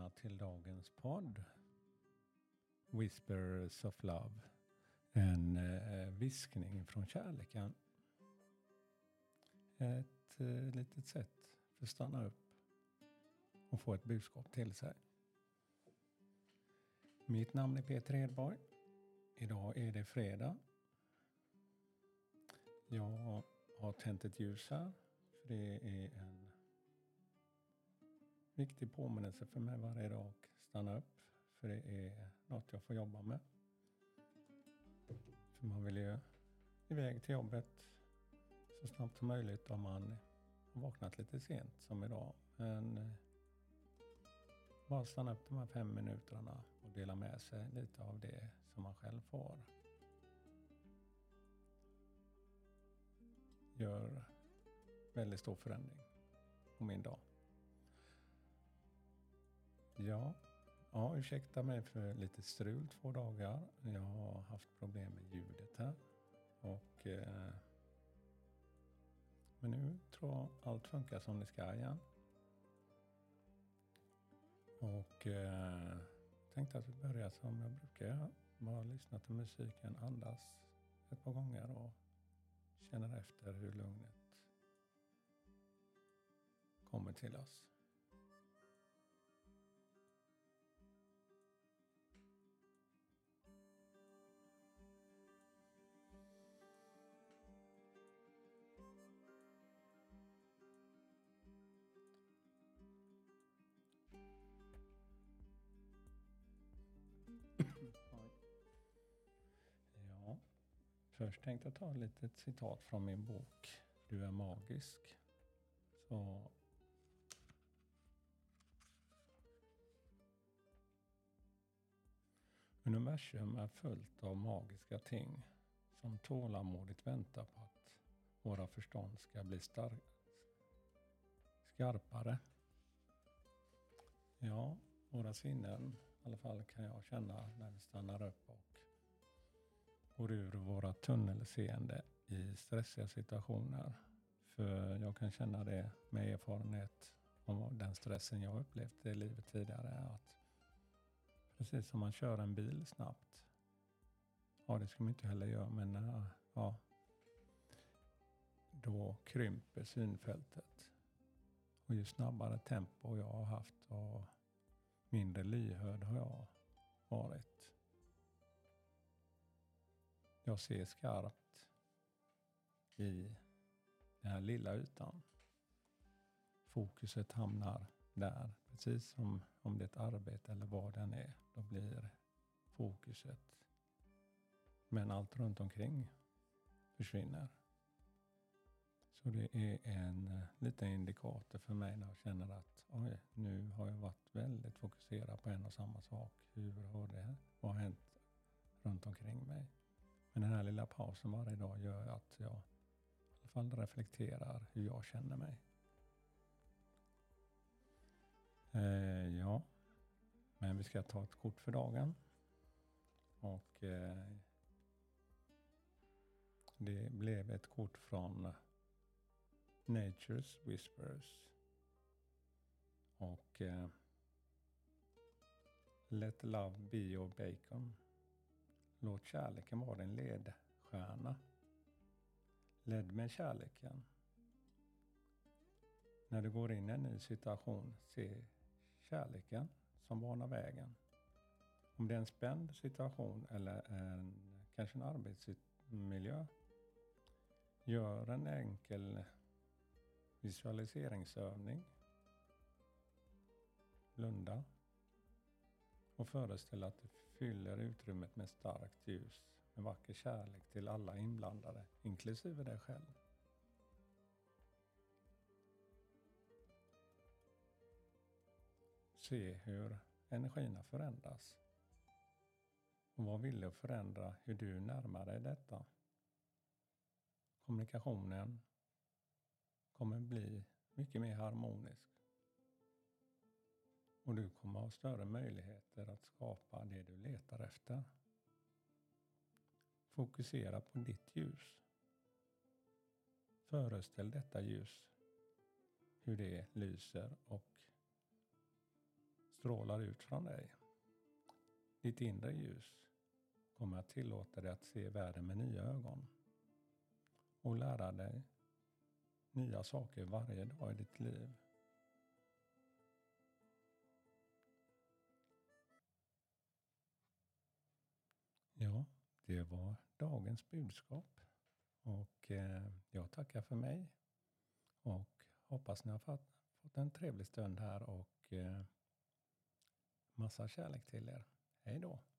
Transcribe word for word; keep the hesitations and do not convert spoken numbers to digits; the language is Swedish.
välkomna till dagens podd Whispers of Love. En eh, viskning från kärleken. Ett eh, litet sätt för att stanna upp och få ett budskap till sig. Mitt namn är Peter Hedborg. Idag är det fredag. Jag har tänt ett ljus här. För det är en viktig påminnelse för mig varje dag. Stanna upp. För det är något jag får jobba med. För man vill ju iväg till jobbet så snabbt som möjligt om man har vaknat lite sent som idag. Men bara stanna upp de här fem minuterna och dela med sig lite av det som man själv får. Gör väldigt stor förändring på min dag. Ja, ja, ursäkta mig för lite strul två dagar. Jag har haft problem med ljudet här. Och, eh, men nu tror jag allt funkar som det ska igen. Och eh, tänkte att vi börjar som jag brukar göra. Bara lyssna till musiken, andas ett par gånger och känner efter hur lugnet kommer till oss. Ja, först tänkte jag ta lite ett citat från min bok Du är magisk. Så universum är fullt av magiska ting som tålamodigt väntar på att våra förstånd ska bli star- skarpare. Ja, våra sinnen i alla fall kan jag känna när vi stannar upp och går ur våra tunnelseende i stressiga situationer. För jag kan känna det med erfarenhet om den stressen jag upplevt i livet tidigare. Att precis som man kör en bil snabbt. Ja, det ska man inte heller göra, men ja. Då krymper synfältet. Och ju snabbare tempo jag har haft och mindre lyhörd har jag varit. Jag ser skarpt i den här lilla ytan. Fokuset hamnar där. Precis som om det är ett arbete eller vad den är. Då blir fokuset. Men allt runt omkring försvinner. Så det är en liten indikator för mig när jag känner att oj, nu har jag varit väldigt fokuserad på en och samma sak. Hur har det vad har hänt runt omkring mig? Men den här lilla pausen varje dag gör att jag i alla fall reflekterar hur jag känner mig. Eh, ja, men vi ska ta ett kort för dagen. Och eh, det blev ett kort från Nature's Whispers. Och eh, Let love be your bacon. Låt kärleken vara din ledstjärna. Led med kärleken. När du går in i en ny situation, se kärleken som banar vägen. Om det är en spänd situation eller en, kanske en arbetsmiljö. Gör en enkel visualiseringsövning. Blunda. Och föreställ att du fyller utrymmet med starkt ljus. Med vacker kärlek till alla inblandade, inklusive dig själv. Se hur energierna förändras. Och vad vill du förändra hur du närmar dig detta? Kommunikationen kommer bli mycket mer harmonisk. Och du kommer ha större möjligheter att skapa det du letar efter. Fokusera på ditt ljus. Föreställ detta ljus. Hur det lyser och strålar ut från dig. Ditt inre ljus kommer att tillåta dig att se världen med nya ögon. Och lära dig nya saker varje dag i ditt liv. Ja, det var dagens budskap. Och eh, jag tackar för mig. Och hoppas ni har fått, fått en trevlig stund här. Och eh, massa kärlek till er. Hej då.